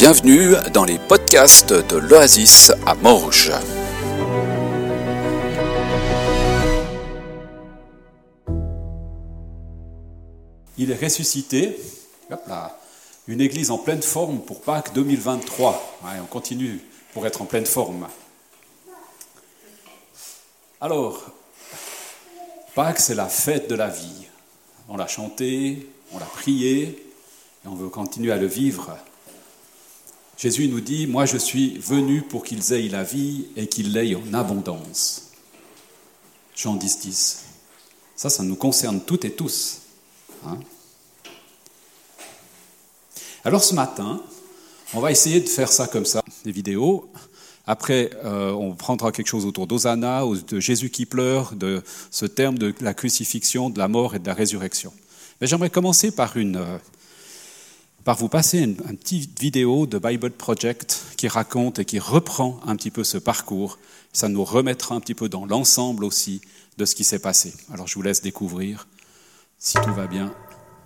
Bienvenue dans les podcasts de l'Oasis à Morges. Il est ressuscité. Hop là. Une église en pleine forme pour Pâques 2023. Ouais, on continue pour être en pleine forme. Alors, Pâques, c'est la fête de la vie. On l'a chanté, on l'a prié, et on veut continuer à le vivre. Jésus nous dit, moi je suis venu pour qu'ils aient la vie et qu'ils l'aient en abondance. Jean 10, 10. Ça nous concerne toutes et tous. Hein? Alors ce matin, on va essayer de faire ça comme ça, des vidéos. Après, on prendra quelque chose autour d'Hosanna, de Jésus qui pleure, de ce terme de la crucifixion, de la mort et de la résurrection. Mais j'aimerais commencer par vous passer une petite vidéo de Bible Project qui raconte et qui reprend un petit peu ce parcours. Ça nous remettra un petit peu dans l'ensemble aussi de ce qui s'est passé. Alors je vous laisse découvrir, si tout va bien.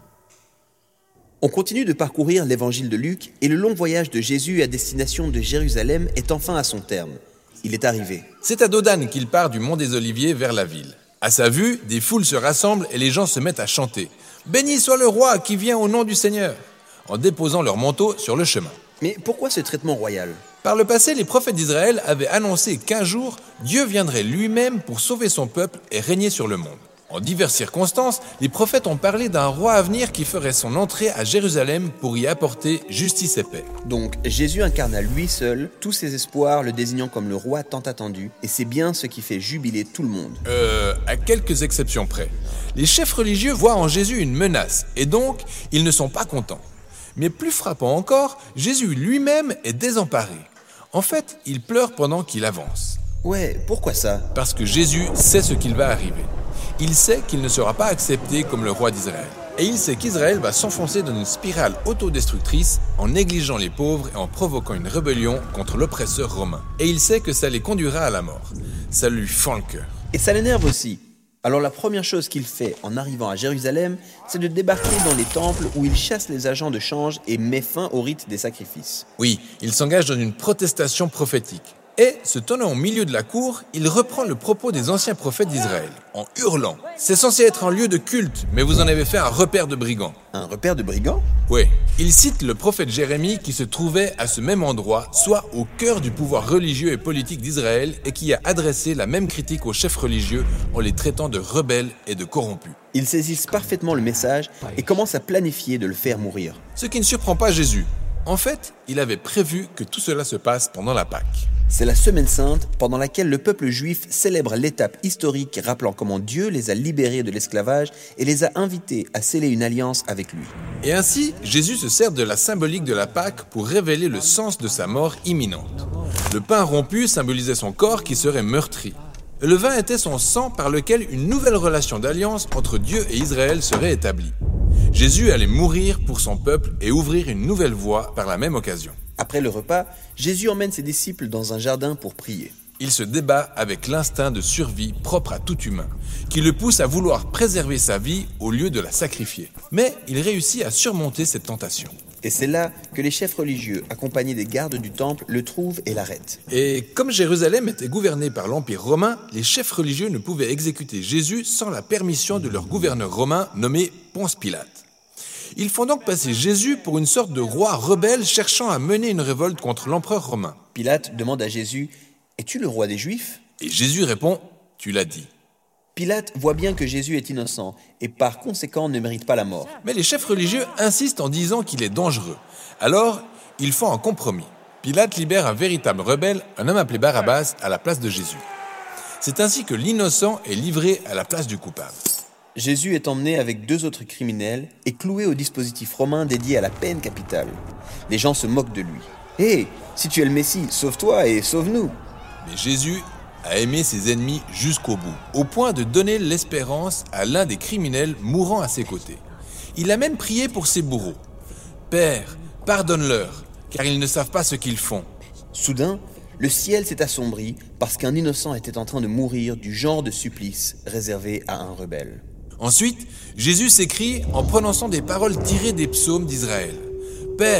On continue de parcourir l'évangile de Luc et le long voyage de Jésus à destination de Jérusalem est enfin à son terme. Il est arrivé. C'est à Dodane qu'il part du mont des Oliviers vers la ville. À sa vue, des foules se rassemblent et les gens se mettent à chanter « Béni soit le roi qui vient au nom du Seigneur !» en déposant leur manteau sur le chemin. Mais pourquoi ce traitement royal ? Par le passé, les prophètes d'Israël avaient annoncé qu'un jour, Dieu viendrait lui-même pour sauver son peuple et régner sur le monde. En diverses circonstances, les prophètes ont parlé d'un roi à venir qui ferait son entrée à Jérusalem pour y apporter justice et paix. Donc Jésus incarne à lui seul tous ses espoirs, le désignant comme le roi tant attendu, et c'est bien ce qui fait jubiler tout le monde. À quelques exceptions près. Les chefs religieux voient en Jésus une menace, et donc ils ne sont pas contents. Mais plus frappant encore, Jésus lui-même est désemparé. En fait, il pleure pendant qu'il avance. Ouais, pourquoi ça ? Parce que Jésus sait ce qu'il va arriver. Il sait qu'il ne sera pas accepté comme le roi d'Israël. Et il sait qu'Israël va s'enfoncer dans une spirale autodestructrice en négligeant les pauvres et en provoquant une rébellion contre l'oppresseur romain. Et il sait que ça les conduira à la mort. Ça lui fend le cœur. Et ça l'énerve aussi. Alors la première chose qu'il fait en arrivant à Jérusalem, c'est de débarquer dans les temples où il chasse les agents de change et met fin au rite des sacrifices. Oui, il s'engage dans une protestation prophétique. Et, se tenant au milieu de la cour, il reprend le propos des anciens prophètes d'Israël, en hurlant « C'est censé être un lieu de culte, mais vous en avez fait un repère de brigands. » Un repère de brigands ? Oui, il cite le prophète Jérémie qui se trouvait à ce même endroit, soit au cœur du pouvoir religieux et politique d'Israël et qui a adressé la même critique aux chefs religieux en les traitant de rebelles et de corrompus. Ils saisissent parfaitement le message et commencent à planifier de le faire mourir. Ce qui ne surprend pas Jésus. En fait, il avait prévu que tout cela se passe pendant la Pâque. C'est la Semaine Sainte pendant laquelle le peuple juif célèbre l'étape historique rappelant comment Dieu les a libérés de l'esclavage et les a invités à sceller une alliance avec lui. Et ainsi, Jésus se sert de la symbolique de la Pâque pour révéler le sens de sa mort imminente. Le pain rompu symbolisait son corps qui serait meurtri. Le vin était son sang par lequel une nouvelle relation d'alliance entre Dieu et Israël serait établie. Jésus allait mourir pour son peuple et ouvrir une nouvelle voie par la même occasion. Après le repas, Jésus emmène ses disciples dans un jardin pour prier. Il se débat avec l'instinct de survie propre à tout humain, qui le pousse à vouloir préserver sa vie au lieu de la sacrifier. Mais il réussit à surmonter cette tentation. Et c'est là que les chefs religieux, accompagnés des gardes du temple, le trouvent et l'arrêtent. Et comme Jérusalem était gouvernée par l'Empire romain, les chefs religieux ne pouvaient exécuter Jésus sans la permission de leur gouverneur romain nommé Ponce Pilate. Ils font donc passer Jésus pour une sorte de roi rebelle cherchant à mener une révolte contre l'empereur romain. Pilate demande à Jésus « Es-tu le roi des Juifs ?» Et Jésus répond « Tu l'as dit ». Pilate voit bien que Jésus est innocent et par conséquent ne mérite pas la mort. Mais les chefs religieux insistent en disant qu'il est dangereux. Alors, ils font un compromis. Pilate libère un véritable rebelle, un homme appelé Barabbas, à la place de Jésus. C'est ainsi que l'innocent est livré à la place du coupable. Jésus est emmené avec 2 autres criminels et cloué au dispositif romain dédié à la peine capitale. Les gens se moquent de lui. « Hé, si tu es le Messie, sauve-toi et sauve-nous » Mais Jésus a aimé ses ennemis jusqu'au bout, au point de donner l'espérance à l'un des criminels mourant à ses côtés. Il a même prié pour ses bourreaux. « Père, pardonne-leur, car ils ne savent pas ce qu'ils font. » Soudain, le ciel s'est assombri parce qu'un innocent était en train de mourir du genre de supplice réservé à un rebelle. Ensuite, Jésus s'écrie en prononçant des paroles tirées des psaumes d'Israël. « Père,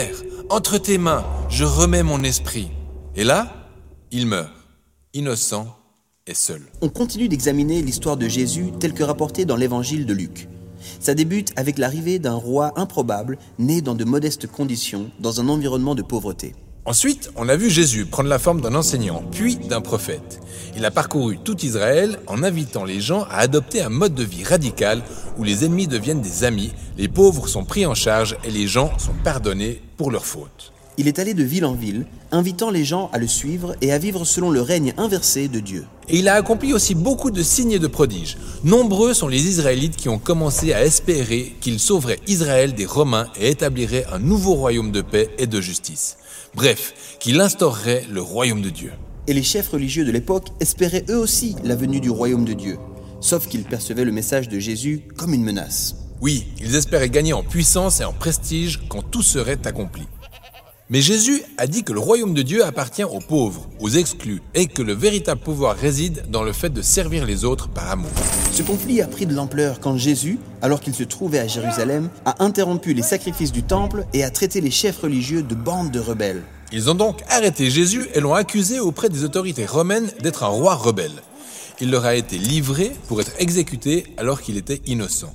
« Entre tes mains, je remets mon esprit. » Et là, il meurt, innocent et seul. On continue d'examiner l'histoire de Jésus telle que rapportée dans l'évangile de Luc. Ça débute avec l'arrivée d'un roi improbable, né dans de modestes conditions, dans un environnement de pauvreté. Ensuite, on a vu Jésus prendre la forme d'un enseignant, puis d'un prophète. Il a parcouru tout Israël en invitant les gens à adopter un mode de vie radical où les ennemis deviennent des amis, les pauvres sont pris en charge et les gens sont pardonnés pour leurs fautes. Il est allé de ville en ville, invitant les gens à le suivre et à vivre selon le règne inversé de Dieu. Et il a accompli aussi beaucoup de signes et de prodiges. Nombreux sont les Israélites qui ont commencé à espérer qu'il sauverait Israël des Romains et établirait un nouveau royaume de paix et de justice. Bref, qu'il instaurerait le royaume de Dieu. Et les chefs religieux de l'époque espéraient eux aussi la venue du royaume de Dieu, sauf qu'ils percevaient le message de Jésus comme une menace. Oui, ils espéraient gagner en puissance et en prestige quand tout serait accompli. Mais Jésus a dit que le royaume de Dieu appartient aux pauvres, aux exclus, et que le véritable pouvoir réside dans le fait de servir les autres par amour. Ce conflit a pris de l'ampleur quand Jésus, alors qu'il se trouvait à Jérusalem, a interrompu les sacrifices du temple et a traité les chefs religieux de bandes de rebelles. Ils ont donc arrêté Jésus et l'ont accusé auprès des autorités romaines d'être un roi rebelle. Il leur a été livré pour être exécuté alors qu'il était innocent.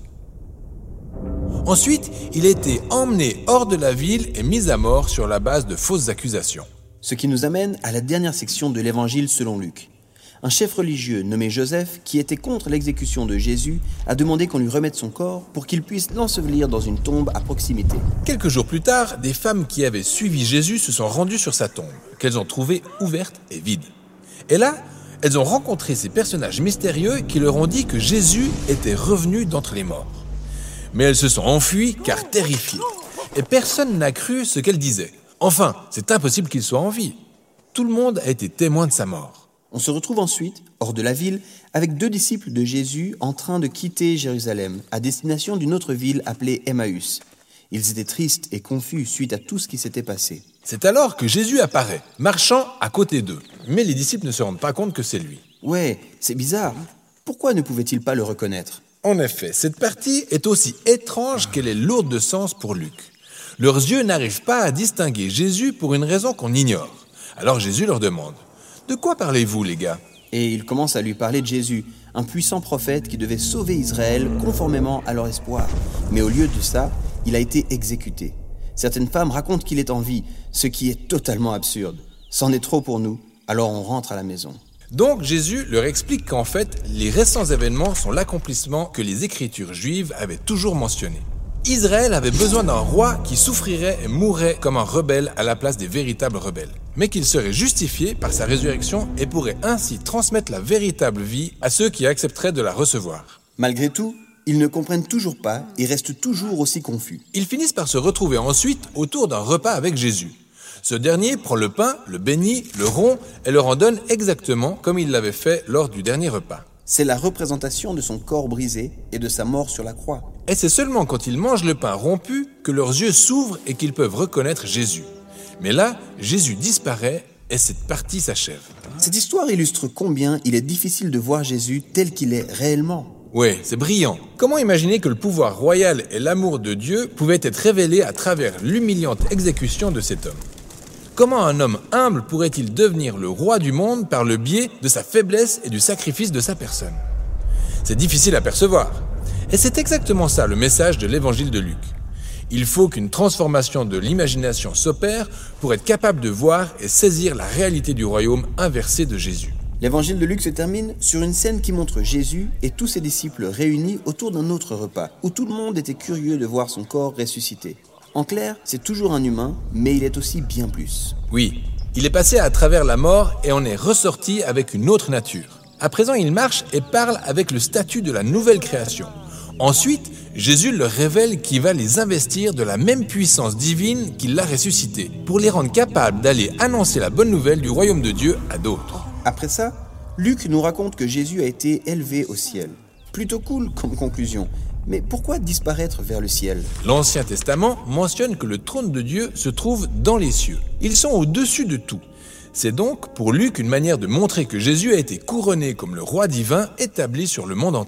Ensuite, il a été emmené hors de la ville et mis à mort sur la base de fausses accusations. Ce qui nous amène à la dernière section de l'évangile selon Luc. Un chef religieux nommé Joseph, qui était contre l'exécution de Jésus, a demandé qu'on lui remette son corps pour qu'il puisse l'ensevelir dans une tombe à proximité. Quelques jours plus tard, des femmes qui avaient suivi Jésus se sont rendues sur sa tombe, qu'elles ont trouvée ouverte et vide. Et là, elles ont rencontré ces personnages mystérieux qui leur ont dit que Jésus était revenu d'entre les morts. Mais elles se sont enfuies car terrifiées. Et personne n'a cru ce qu'elles disaient. Enfin, c'est impossible qu'il soit en vie. Tout le monde a été témoin de sa mort. On se retrouve ensuite, hors de la ville, avec 2 disciples de Jésus en train de quitter Jérusalem, à destination d'une autre ville appelée Emmaüs. Ils étaient tristes et confus suite à tout ce qui s'était passé. C'est alors que Jésus apparaît, marchant à côté d'eux. Mais les disciples ne se rendent pas compte que c'est lui. Ouais, c'est bizarre. Pourquoi ne pouvaient-ils pas le reconnaître ? En effet, cette partie est aussi étrange qu'elle est lourde de sens pour Luc. Leurs yeux n'arrivent pas à distinguer Jésus pour une raison qu'on ignore. Alors Jésus leur demande « De quoi parlez-vous, les gars ?» Et ils commencent à lui parler de Jésus, un puissant prophète qui devait sauver Israël conformément à leur espoir. Mais au lieu de ça, il a été exécuté. Certaines femmes racontent qu'il est en vie, ce qui est totalement absurde. C'en est trop pour nous, alors on rentre à la maison. Donc Jésus leur explique qu'en fait, les récents événements sont l'accomplissement que les Écritures juives avaient toujours mentionné. Israël avait besoin d'un roi qui souffrirait et mourrait comme un rebelle à la place des véritables rebelles, mais qu'il serait justifié par sa résurrection et pourrait ainsi transmettre la véritable vie à ceux qui accepteraient de la recevoir. Malgré tout, ils ne comprennent toujours pas et restent toujours aussi confus. Ils finissent par se retrouver ensuite autour d'un repas avec Jésus. Ce dernier prend le pain, le bénit, le rompt et leur en donne exactement comme il l'avait fait lors du dernier repas. C'est la représentation de son corps brisé et de sa mort sur la croix. Et c'est seulement quand ils mangent le pain rompu que leurs yeux s'ouvrent et qu'ils peuvent reconnaître Jésus. Mais là, Jésus disparaît et cette partie s'achève. Cette histoire illustre combien il est difficile de voir Jésus tel qu'il est réellement. Ouais, c'est brillant. Comment imaginer que le pouvoir royal et l'amour de Dieu pouvaient être révélés à travers l'humiliante exécution de cet homme ? Comment un homme humble pourrait-il devenir le roi du monde par le biais de sa faiblesse et du sacrifice de sa personne ? C'est difficile à percevoir. Et c'est exactement ça le message de l'évangile de Luc. Il faut qu'une transformation de l'imagination s'opère pour être capable de voir et saisir la réalité du royaume inversé de Jésus. L'évangile de Luc se termine sur une scène qui montre Jésus et tous ses disciples réunis autour d'un autre repas, où tout le monde était curieux de voir son corps ressuscité. En clair, c'est toujours un humain, mais il est aussi bien plus. Oui, il est passé à travers la mort et en est ressorti avec une autre nature. À présent, il marche et parle avec le statut de la nouvelle création. Ensuite, Jésus leur révèle qu'il va les investir de la même puissance divine qui l'a ressuscité, pour les rendre capables d'aller annoncer la bonne nouvelle du royaume de Dieu à d'autres. Après ça, Luc nous raconte que Jésus a été élevé au ciel. Plutôt cool comme conclusion. Mais pourquoi disparaître vers le ciel ? L'Ancien Testament mentionne que le trône de Dieu se trouve dans les cieux. Ils sont au-dessus de tout. C'est donc pour Luc une manière de montrer que Jésus a été couronné comme le roi divin établi sur le monde entier.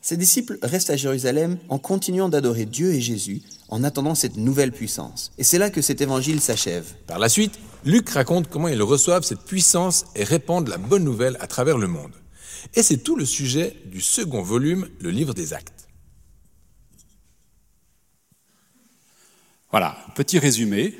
Ses disciples restent à Jérusalem en continuant d'adorer Dieu et Jésus, en attendant cette nouvelle puissance. Et c'est là que cet évangile s'achève. Par la suite, Luc raconte comment ils reçoivent cette puissance et répandent la bonne nouvelle à travers le monde. Et c'est tout le sujet du second volume, le livre des Actes. Voilà, petit résumé.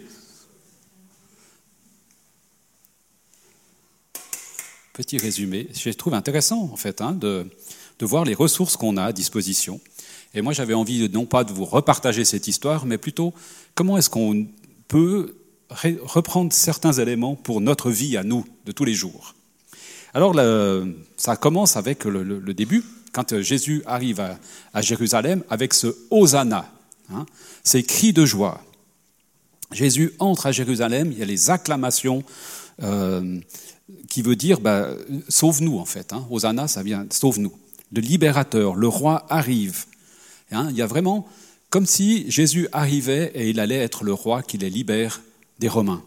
Je trouve intéressant en fait de voir les ressources qu'on a à disposition. Et moi j'avais envie non pas de vous repartager cette histoire, mais plutôt comment est-ce qu'on peut reprendre certains éléments pour notre vie à nous, de tous les jours. Alors ça commence avec le début, quand Jésus arrive à Jérusalem avec ce « Hosanna », ces cris de joie. Jésus entre à Jérusalem, il y a les acclamations qui veut dire sauve-nous en fait. Hosanna, ça vient sauve-nous. Le libérateur, le roi arrive. Il y a vraiment comme si Jésus arrivait et il allait être le roi qui les libère des Romains.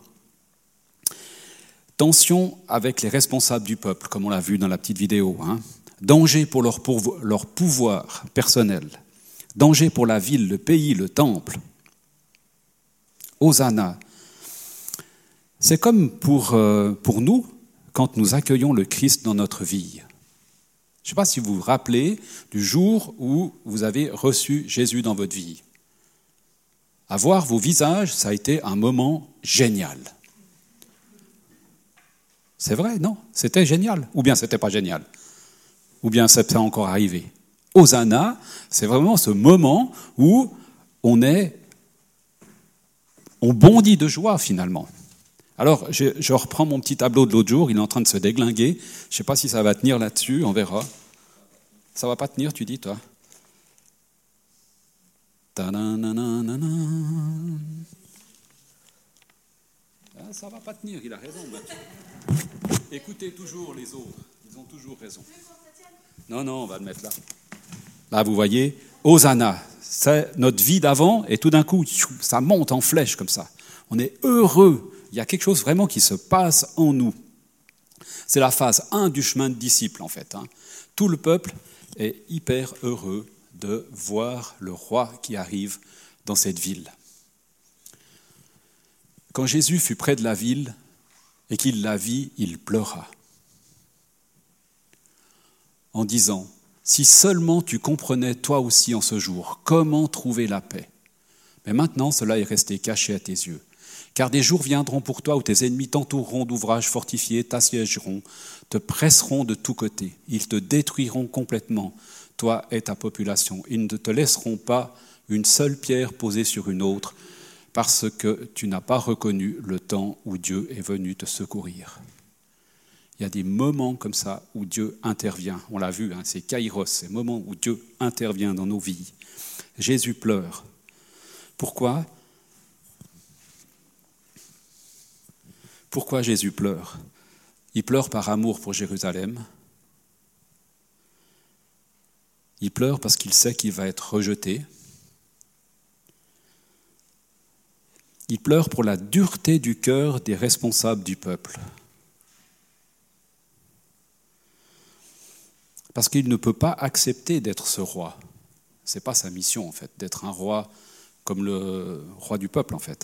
Tension avec les responsables du peuple, comme on l'a vu dans la petite vidéo. Danger pour leur pouvoir personnel. Danger pour la ville, le pays, le temple. Hosanna. C'est comme pour nous, quand nous accueillons le Christ dans notre vie. Je ne sais pas si vous vous rappelez du jour où vous avez reçu Jésus dans votre vie. À voir vos visages, ça a été un moment génial. C'est vrai, non? C'était génial. Ou bien c'était pas génial. Ou bien c'est encore arrivé. Hosanna, c'est vraiment ce moment où on bondit de joie finalement. Alors, je reprends mon petit tableau de l'autre jour, il est en train de se déglinguer. Je ne sais pas si ça va tenir là-dessus, on verra. Ça ne va pas tenir, tu dis, toi? Ça ne va pas tenir, il a raison, Mathieu. Écoutez toujours les autres, ils ont toujours raison. Non, on va le mettre là. Là, vous voyez, Hosanna, c'est notre vie d'avant, et tout d'un coup, ça monte en flèche comme ça. On est heureux. Il y a quelque chose vraiment qui se passe en nous. C'est la phase 1 du chemin de disciple, en fait. Tout le peuple est hyper heureux de voir le roi qui arrive dans cette ville. Quand Jésus fut près de la ville et qu'il la vit, il pleura en disant « Si seulement tu comprenais toi aussi en ce jour comment trouver la paix. Mais maintenant cela est resté caché à tes yeux. Car des jours viendront pour toi où tes ennemis t'entoureront d'ouvrages fortifiés, t'assiégeront, te presseront de tous côtés. Ils te détruiront complètement, toi et ta population. Ils ne te laisseront pas une seule pierre posée sur une autre, parce que tu n'as pas reconnu le temps où Dieu est venu te secourir. » Il y a des moments comme ça où Dieu intervient. On l'a vu, c'est Kairos, ces moments où Dieu intervient dans nos vies. Jésus pleure. Pourquoi ? Pourquoi Jésus pleure ? Il pleure par amour pour Jérusalem. Il pleure parce qu'il sait qu'il va être rejeté. Il pleure pour la dureté du cœur des responsables du peuple. Parce qu'il ne peut pas accepter d'être ce roi. Ce n'est pas sa mission, en fait, d'être un roi comme le roi du peuple, en fait.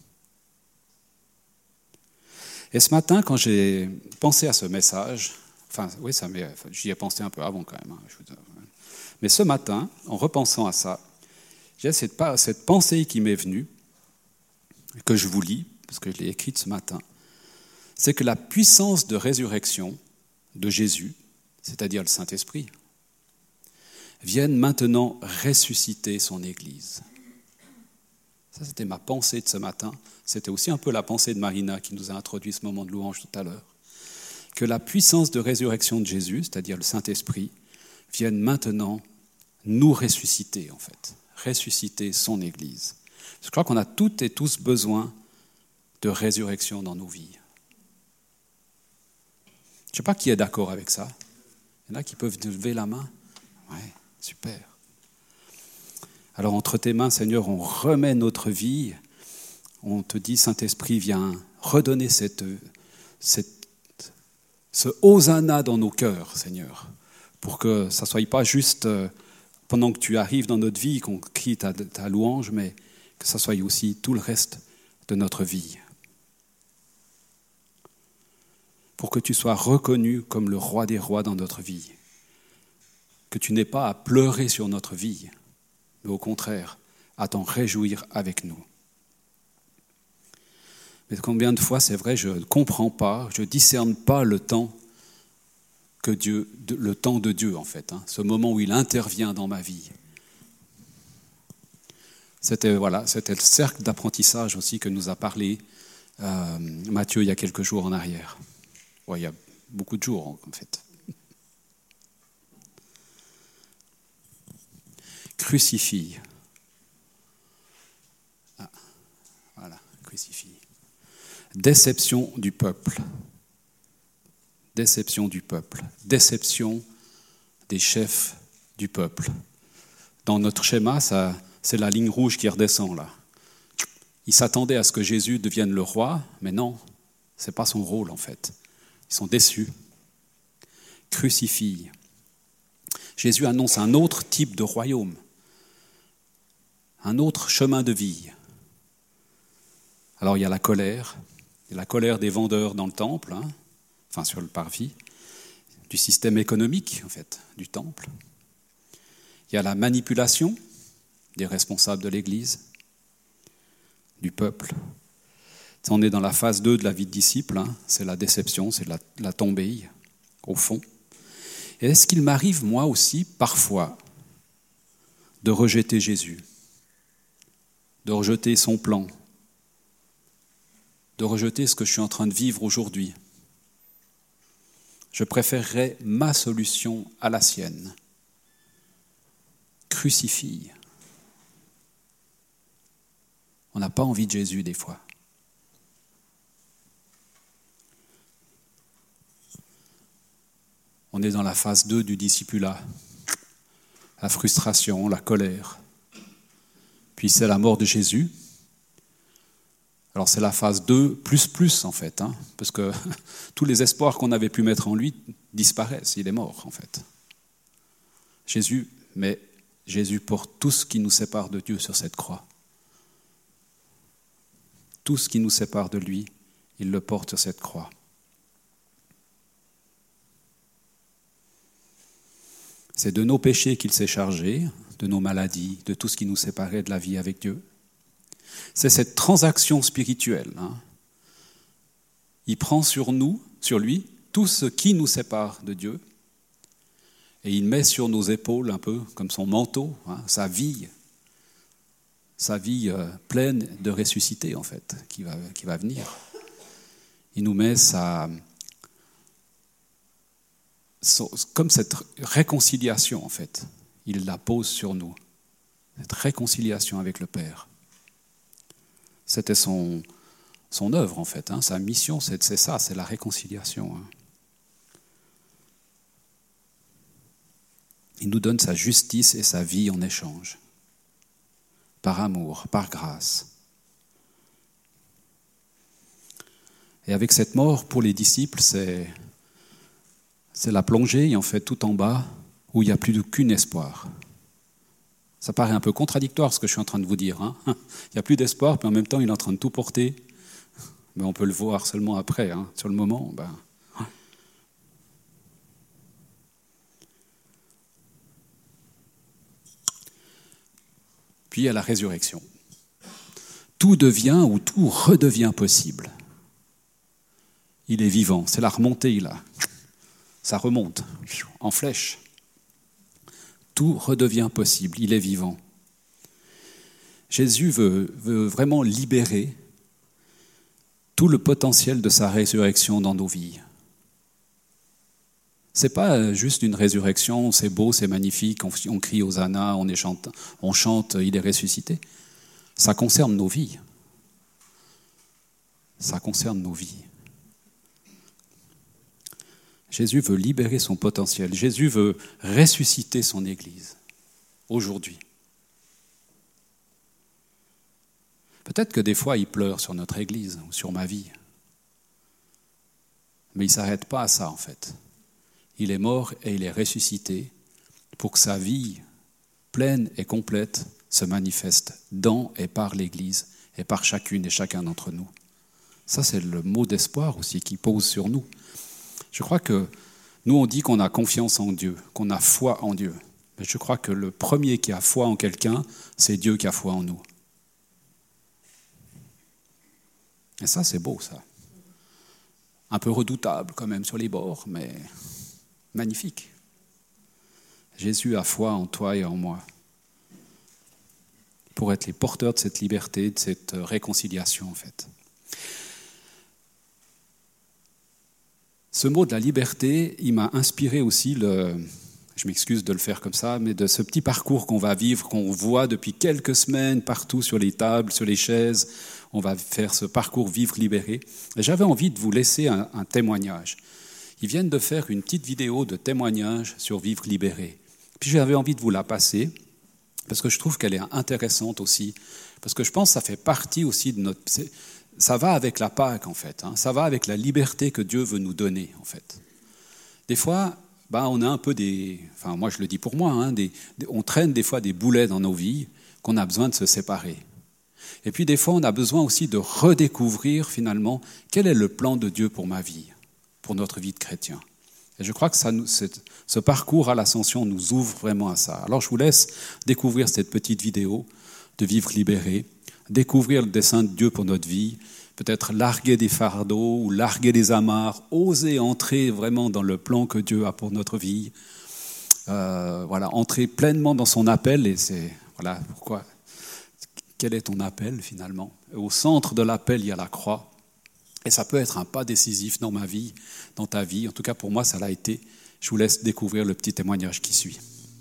Et ce matin, quand j'ai pensé à ce message, j'y ai pensé un peu avant quand même, mais ce matin, en repensant à ça, j'ai cette pensée qui m'est venue, que je vous lis, parce que je l'ai écrite ce matin, c'est que la puissance de résurrection de Jésus, c'est-à-dire le Saint-Esprit, vienne maintenant ressusciter son Église. Ça, c'était ma pensée de ce matin. C'était aussi un peu la pensée de Marina qui nous a introduit ce moment de louange tout à l'heure. Que la puissance de résurrection de Jésus, c'est-à-dire le Saint-Esprit, vienne maintenant nous ressusciter, en fait. Ressusciter son Église. Je crois qu'on a toutes et tous besoin de résurrection dans nos vies. Je ne sais pas qui est d'accord avec ça. Il y en a qui peuvent lever la main. Ouais, super. Alors entre tes mains, Seigneur, on remet notre vie. On te dit, Saint-Esprit, viens redonner ce hosanna dans nos cœurs, Seigneur, pour que ça ne soit pas juste pendant que tu arrives dans notre vie, qu'on crie ta louange, mais que ça soit aussi tout le reste de notre vie. Pour que tu sois reconnu comme le roi des rois dans notre vie. Que tu n'aies pas à pleurer sur notre vie, mais au contraire, à t'en réjouir avec nous. Mais combien de fois, c'est vrai, je ne comprends pas, je ne discerne pas le temps le temps de Dieu, en fait, ce moment où il intervient dans ma vie. C'était le cercle d'apprentissage aussi que nous a parlé Matthieu il y a quelques jours en arrière. Ouais, il y a beaucoup de jours, en fait. Crucifie. Ah, voilà, crucifie. Déception du peuple. Déception du peuple. Déception des chefs du peuple. Dans notre schéma, c'est la ligne rouge qui redescend là. Ils s'attendaient à ce que Jésus devienne le roi, mais non, ce n'est pas son rôle en fait. Ils sont déçus. Crucifie. Jésus annonce un autre type de royaume, un autre chemin de vie. Alors il y a la colère des vendeurs dans le temple, sur le parvis, du système économique en fait, du temple. Il y a la manipulation des responsables de l'Église, du peuple. On est dans la phase 2 de la vie de disciple, c'est la déception, c'est la tombée, au fond. Et est-ce qu'il m'arrive, moi aussi, parfois, de rejeter Jésus, de rejeter son plan, de rejeter ce que je suis en train de vivre aujourd'hui? Je préférerais ma solution à la sienne. Crucifie. On n'a pas envie de Jésus des fois. On est dans la phase 2 du discipulat. La frustration, la colère. Puis c'est la mort de Jésus. Alors c'est la phase 2 plus en fait, parce que tous les espoirs qu'on avait pu mettre en lui disparaissent, il est mort en fait. Jésus porte tout ce qui nous sépare de Dieu sur cette croix. Tout ce qui nous sépare de lui, il le porte sur cette croix. C'est de nos péchés qu'il s'est chargé, de nos maladies, de tout ce qui nous séparait de la vie avec Dieu. C'est cette transaction spirituelle. Il prend sur lui, tout ce qui nous sépare de Dieu, et il met sur nos épaules un peu comme son manteau, sa vie pleine de ressuscité en fait, qui va venir. Il nous met comme cette réconciliation en fait, il la pose sur nous, cette réconciliation avec le Père. C'était son œuvre en fait, sa mission, c'est ça, c'est la réconciliation. Il nous donne sa justice et sa vie en échange, par amour, par grâce. Et avec cette mort, pour les disciples, c'est la plongée, en fait, tout en bas, où il n'y a plus aucun espoir. Ça paraît un peu contradictoire ce que je suis en train de vous dire. Il n'y a plus d'espoir, puis en même temps, il est en train de tout porter. Mais on peut le voir seulement après. Sur le moment, Puis il y a la résurrection. Tout devient ou tout redevient possible. Il est vivant, c'est la remontée là. Ça remonte en flèche. Tout redevient possible, il est vivant. Jésus veut vraiment libérer tout le potentiel de sa résurrection dans nos vies. Ce n'est pas juste une résurrection, c'est beau, c'est magnifique, on crie Hosanna, on chante, il est ressuscité. Ça concerne nos vies. Ça concerne nos vies. Jésus veut libérer son potentiel. Jésus veut ressusciter son Église, aujourd'hui. Peut-être que des fois, il pleure sur notre Église ou sur ma vie. Mais il ne s'arrête pas à ça, en fait. Il est mort et il est ressuscité pour que sa vie pleine et complète se manifeste dans et par l'Église et par chacune et chacun d'entre nous. Ça, c'est le mot d'espoir aussi qui pose sur nous. Je crois que nous, on dit qu'on a confiance en Dieu, qu'on a foi en Dieu. Mais je crois que le premier qui a foi en quelqu'un, c'est Dieu qui a foi en nous. Et ça, c'est beau, ça. Un peu redoutable quand même sur les bords, mais magnifique. Jésus a foi en toi et en moi pour être les porteurs de cette liberté, de cette réconciliation, en fait. Ce mot de la liberté, il m'a inspiré aussi, je m'excuse de le faire comme ça, mais de ce petit parcours qu'on va vivre, qu'on voit depuis quelques semaines partout sur les tables, sur les chaises. On va faire ce parcours Vivre libéré. Et j'avais envie de vous laisser un témoignage. Ils viennent de faire une petite vidéo de témoignage sur Vivre libéré. Puis j'avais envie de vous la passer, parce que je trouve qu'elle est intéressante aussi, parce que je pense que ça fait partie aussi de notre... Ça va avec la Pâque, en fait. Ça va avec la liberté que Dieu veut nous donner, en fait. Des fois, on a un peu des... Enfin, moi, je le dis pour moi, on traîne des fois des boulets dans nos vies qu'on a besoin de se séparer. Et puis, des fois, on a besoin aussi de redécouvrir, finalement, quel est le plan de Dieu pour ma vie, pour notre vie de chrétien. Et je crois que ce parcours à l'Ascension nous ouvre vraiment à ça. Alors, je vous laisse découvrir cette petite vidéo de Vivre libéré, découvrir le dessein de Dieu pour notre vie, peut-être larguer des fardeaux ou larguer des amarres, oser entrer vraiment dans le plan que Dieu a pour notre vie, entrer pleinement dans son appel, et c'est pourquoi. Quel est ton appel finalement? Au centre de l'appel, il y a la croix, et ça peut être un pas décisif dans ma vie, dans ta vie. En tout cas, pour moi, ça l'a été. Je vous laisse découvrir le petit témoignage qui suit.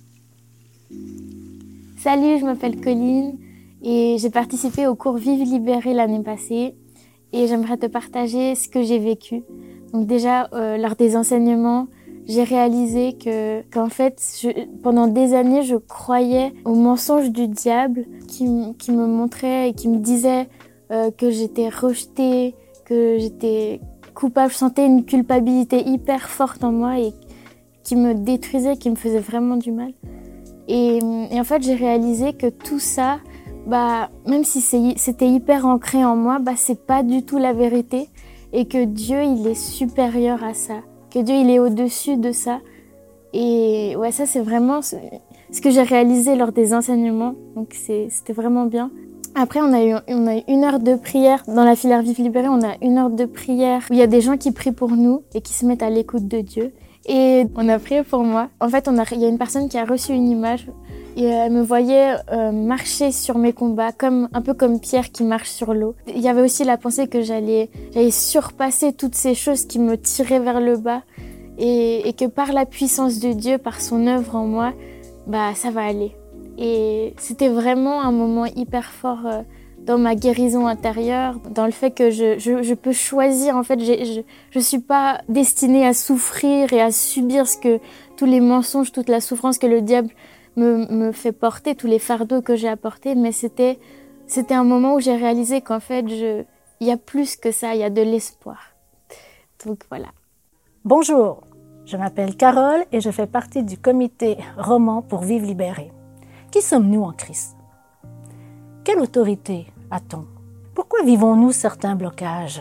Salut, je m'appelle Colline. Et j'ai participé au cours Vive libéré l'année passée et j'aimerais te partager ce que j'ai vécu. Donc déjà, lors des enseignements, j'ai réalisé qu'en fait, pendant des années, je croyais aux mensonges du diable qui me montrait et qui me disait que j'étais rejetée, que j'étais coupable. Je sentais une culpabilité hyper forte en moi et qui me détruisait, qui me faisait vraiment du mal. Et en fait, j'ai réalisé que tout ça, même si c'était hyper ancré en moi, c'est pas du tout la vérité et que Dieu, il est supérieur à ça, que Dieu, il est au-dessus de ça. Et ouais, ça, c'est vraiment ce que j'ai réalisé lors des enseignements, donc c'était vraiment bien. Après, on a eu 1 heure de prière. Dans la filière Vive libéré, on a 1 heure de prière où il y a des gens qui prient pour nous et qui se mettent à l'écoute de Dieu. Et on a prié pour moi. En fait, il y a une personne qui a reçu une image et elle me voyait marcher sur mes combats, un peu comme Pierre qui marche sur l'eau. Il y avait aussi la pensée que j'allais surpasser toutes ces choses qui me tiraient vers le bas et que par la puissance de Dieu, par son œuvre en moi, ça va aller. Et c'était vraiment un moment hyper fort dans ma guérison intérieure, dans le fait que je peux choisir. En fait, je suis pas destinée à souffrir et à subir tous les mensonges, toute la souffrance que le diable me fait porter, tous les fardeaux que j'ai apportés. Mais c'était un moment où j'ai réalisé qu'en fait, il y a plus que ça, il y a de l'espoir. Donc voilà. Bonjour, je m'appelle Carole et je fais partie du comité roman pour Vivre libéré. Qui sommes-nous en Christ? Quelle autorité a-t-on? Pourquoi vivons-nous certains blocages?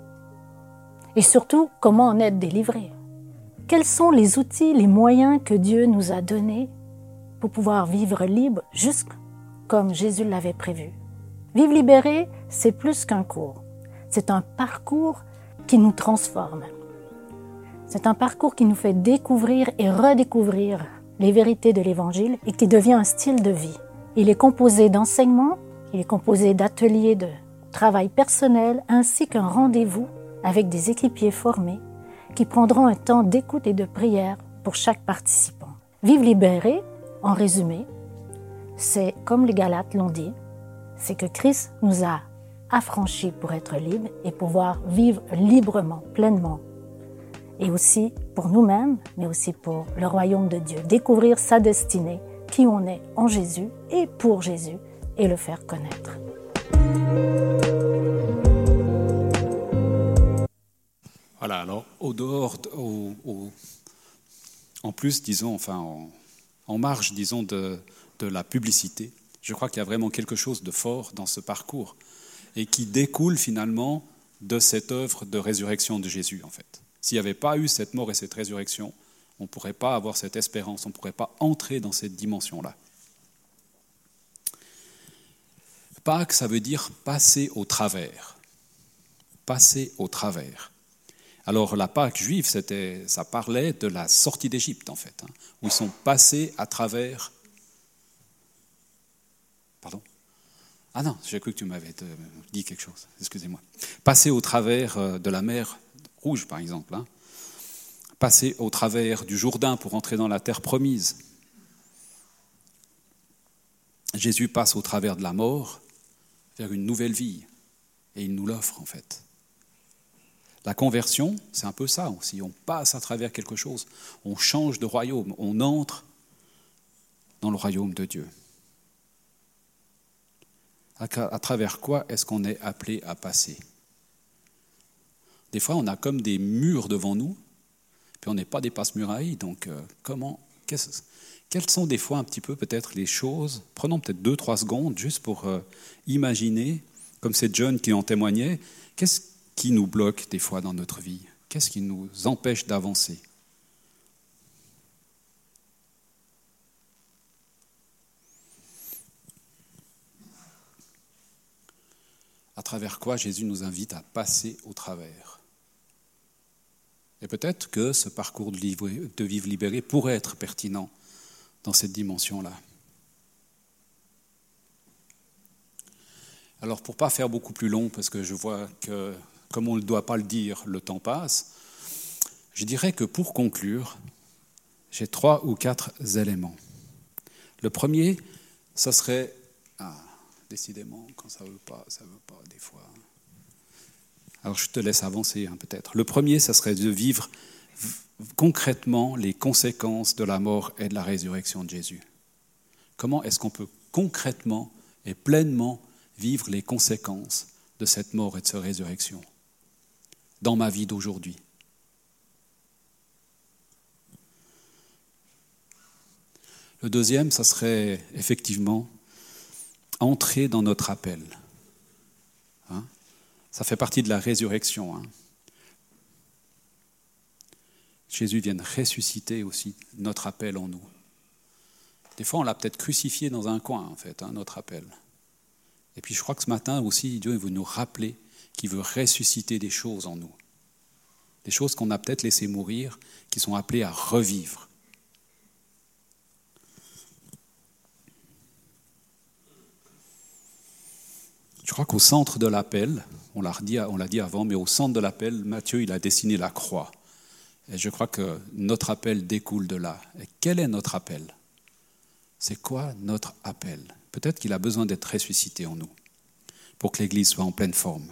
Et surtout, comment en être délivrés? Quels sont les outils, les moyens que Dieu nous a donnés pour pouvoir vivre libre, juste comme Jésus l'avait prévu? Vivre libéré, c'est plus qu'un cours. C'est un parcours qui nous transforme. C'est un parcours qui nous fait découvrir et redécouvrir les vérités de l'Évangile et qui devient un style de vie. Il est composé d'enseignements, il est composé d'ateliers de travail personnel ainsi qu'un rendez-vous avec des équipiers formés qui prendront un temps d'écoute et de prière pour chaque participant. Vivre libéré, en résumé, c'est, comme les Galates l'ont dit, c'est que Christ nous a affranchis pour être libres et pouvoir vivre librement, pleinement. Et aussi pour nous-mêmes, mais aussi pour le royaume de Dieu. Découvrir sa destinée, qui on est en Jésus et pour Jésus, et le faire connaître. Voilà, alors au dehors, en plus, disons, en marge, disons, de de la publicité. Je crois qu'il y a vraiment quelque chose de fort dans ce parcours et qui découle finalement de cette œuvre de résurrection de Jésus, en fait. S'il n'y avait pas eu cette mort et cette résurrection, on ne pourrait pas avoir cette espérance, on ne pourrait pas entrer dans cette dimension-là. Pâques, ça veut dire passer au travers. Passer au travers. Alors la Pâque juive, ça parlait de la sortie d'Égypte, en fait, où ils sont passés à travers... Pardon ? Ah non, j'ai cru que tu m'avais dit quelque chose, excusez-moi. Passer au travers de la mer Rouge, par exemple. Passer au travers du Jourdain pour entrer dans la terre promise. Jésus passe au travers de la mort vers une nouvelle vie, et il nous l'offre, en fait. La conversion, c'est un peu ça aussi. On passe à travers quelque chose, on change de royaume, on entre dans le royaume de Dieu. À travers quoi est-ce qu'on est appelé à passer ? Des fois, on a comme des murs devant nous, puis on n'est pas des passe-murailles, donc quelles sont des fois un petit peu peut-être les choses ? Prenons peut-être 2-3 secondes juste pour imaginer, comme ces jeunes qui en témoignaient, qu'est-ce qui nous bloque des fois dans notre vie ? Qu'est-ce qui nous empêche d'avancer ? À travers quoi Jésus nous invite à passer au travers. Et peut-être que ce parcours de vivre libéré pourrait être pertinent dans cette dimension-là. Alors, pour ne pas faire beaucoup plus long, parce que je vois que, comme on ne doit pas le dire, le temps passe, je dirais que pour conclure, j'ai 3 ou 4 éléments. Le premier, ça serait... décidément, quand ça ne veut pas des fois. Alors je te laisse avancer peut-être. Le premier, ça serait de vivre concrètement les conséquences de la mort et de la résurrection de Jésus. Comment est-ce qu'on peut concrètement et pleinement vivre les conséquences de cette mort et de cette résurrection dans ma vie d'aujourd'hui ? Le deuxième, ça serait effectivement entrer dans notre appel. Ça fait partie de la résurrection. Jésus vient ressusciter aussi notre appel en nous. Des fois, on l'a peut-être crucifié dans un coin, en fait, notre appel. Et puis, je crois que ce matin aussi, Dieu veut nous rappeler qu'il veut ressusciter des choses en nous. Des choses qu'on a peut-être laissées mourir, qui sont appelées à revivre. Je crois qu'au centre de l'appel, on l'a dit avant, mais au centre de l'appel, Matthieu, il a dessiné la croix. Et je crois que notre appel découle de là. Et quel est notre appel ? C'est quoi notre appel ? Peut-être qu'il a besoin d'être ressuscité en nous pour que l'Église soit en pleine forme.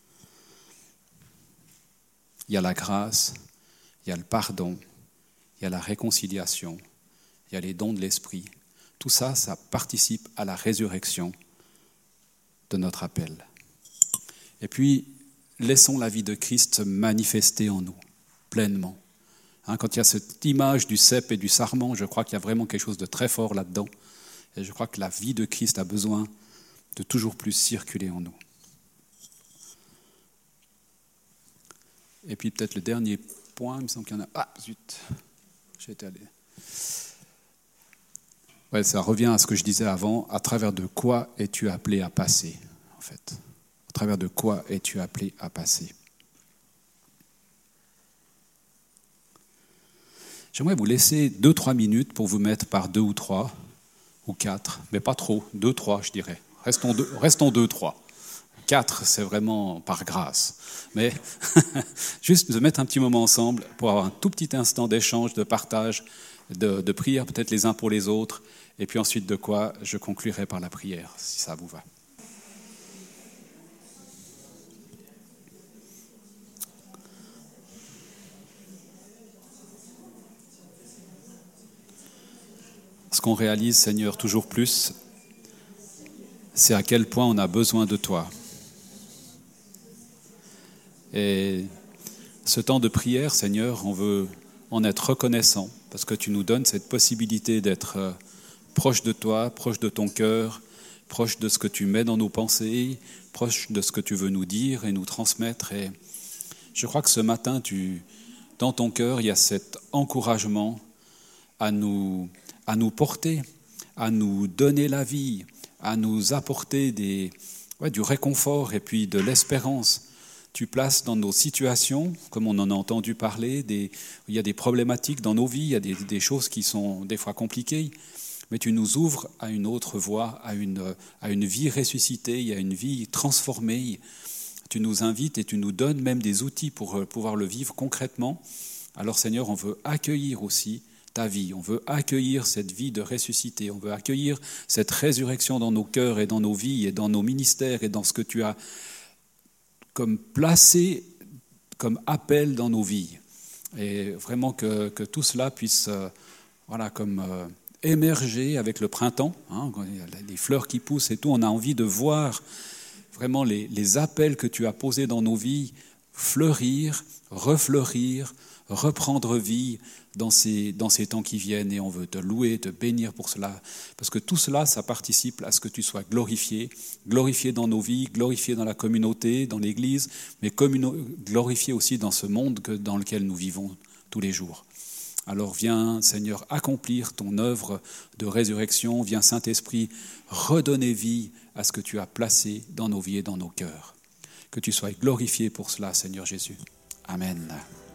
Il y a la grâce, il y a le pardon, il y a la réconciliation, il y a les dons de l'Esprit. Tout ça, ça participe à la résurrection de notre appel. Et puis, laissons la vie de Christ se manifester en nous, pleinement. Quand il y a cette image du cep et du sarment, je crois qu'il y a vraiment quelque chose de très fort là-dedans. Et je crois que la vie de Christ a besoin de toujours plus circuler en nous. Et puis peut-être le dernier point, il me semble qu'il y en a... Ah, zut, j'étais allé... Ouais, ça revient à ce que je disais avant. À travers de quoi es-tu appelé à passer, en fait ? À travers de quoi es-tu appelé à passer ? J'aimerais vous laisser 2-3 minutes pour vous mettre par 2 ou 3 ou 4, mais pas trop, 2-3 je dirais. Restons 2-3. 4, c'est vraiment par grâce. Mais juste de mettre un petit moment ensemble pour avoir un tout petit instant d'échange, de partage, de prière peut-être les uns pour les autres, et puis ensuite de quoi je conclurai par la prière, si ça vous va. Ce qu'on réalise, Seigneur, toujours plus, c'est à quel point on a besoin de toi. Et ce temps de prière, Seigneur, on veut en être reconnaissant, parce que tu nous donnes cette possibilité d'être proche de toi, proche de ton cœur, proche de ce que tu mets dans nos pensées, proche de ce que tu veux nous dire et nous transmettre. Et je crois que ce matin, dans ton cœur, il y a cet encouragement à nous porter, à nous donner la vie, à nous apporter du réconfort et puis de l'espérance. Tu places dans nos situations, comme on en a entendu parler, il y a des problématiques dans nos vies, il y a des choses qui sont des fois compliquées, mais tu nous ouvres à une autre voie, à une vie ressuscitée, à une vie transformée. Tu nous invites et tu nous donnes même des outils pour pouvoir le vivre concrètement. Alors Seigneur, on veut accueillir aussi ta vie, on veut accueillir cette vie de ressuscité, on veut accueillir cette résurrection dans nos cœurs et dans nos vies et dans nos ministères et dans ce que tu as comme placé, comme appel dans nos vies. Et vraiment que tout cela puisse émerger avec le printemps, les fleurs qui poussent et tout. On a envie de voir vraiment les appels que tu as posés dans nos vies fleurir, refleurir, reprendre vie dans ces temps qui viennent, et on veut te louer, te bénir pour cela, parce que tout cela, ça participe à ce que tu sois glorifié dans nos vies, glorifié dans la communauté, dans l'Église, mais glorifié aussi dans ce monde dans lequel nous vivons tous les jours. Alors viens, Seigneur, accomplir ton œuvre de résurrection, viens, Saint-Esprit, redonner vie à ce que tu as placé dans nos vies et dans nos cœurs. Que tu sois glorifié pour cela, Seigneur Jésus. Amen.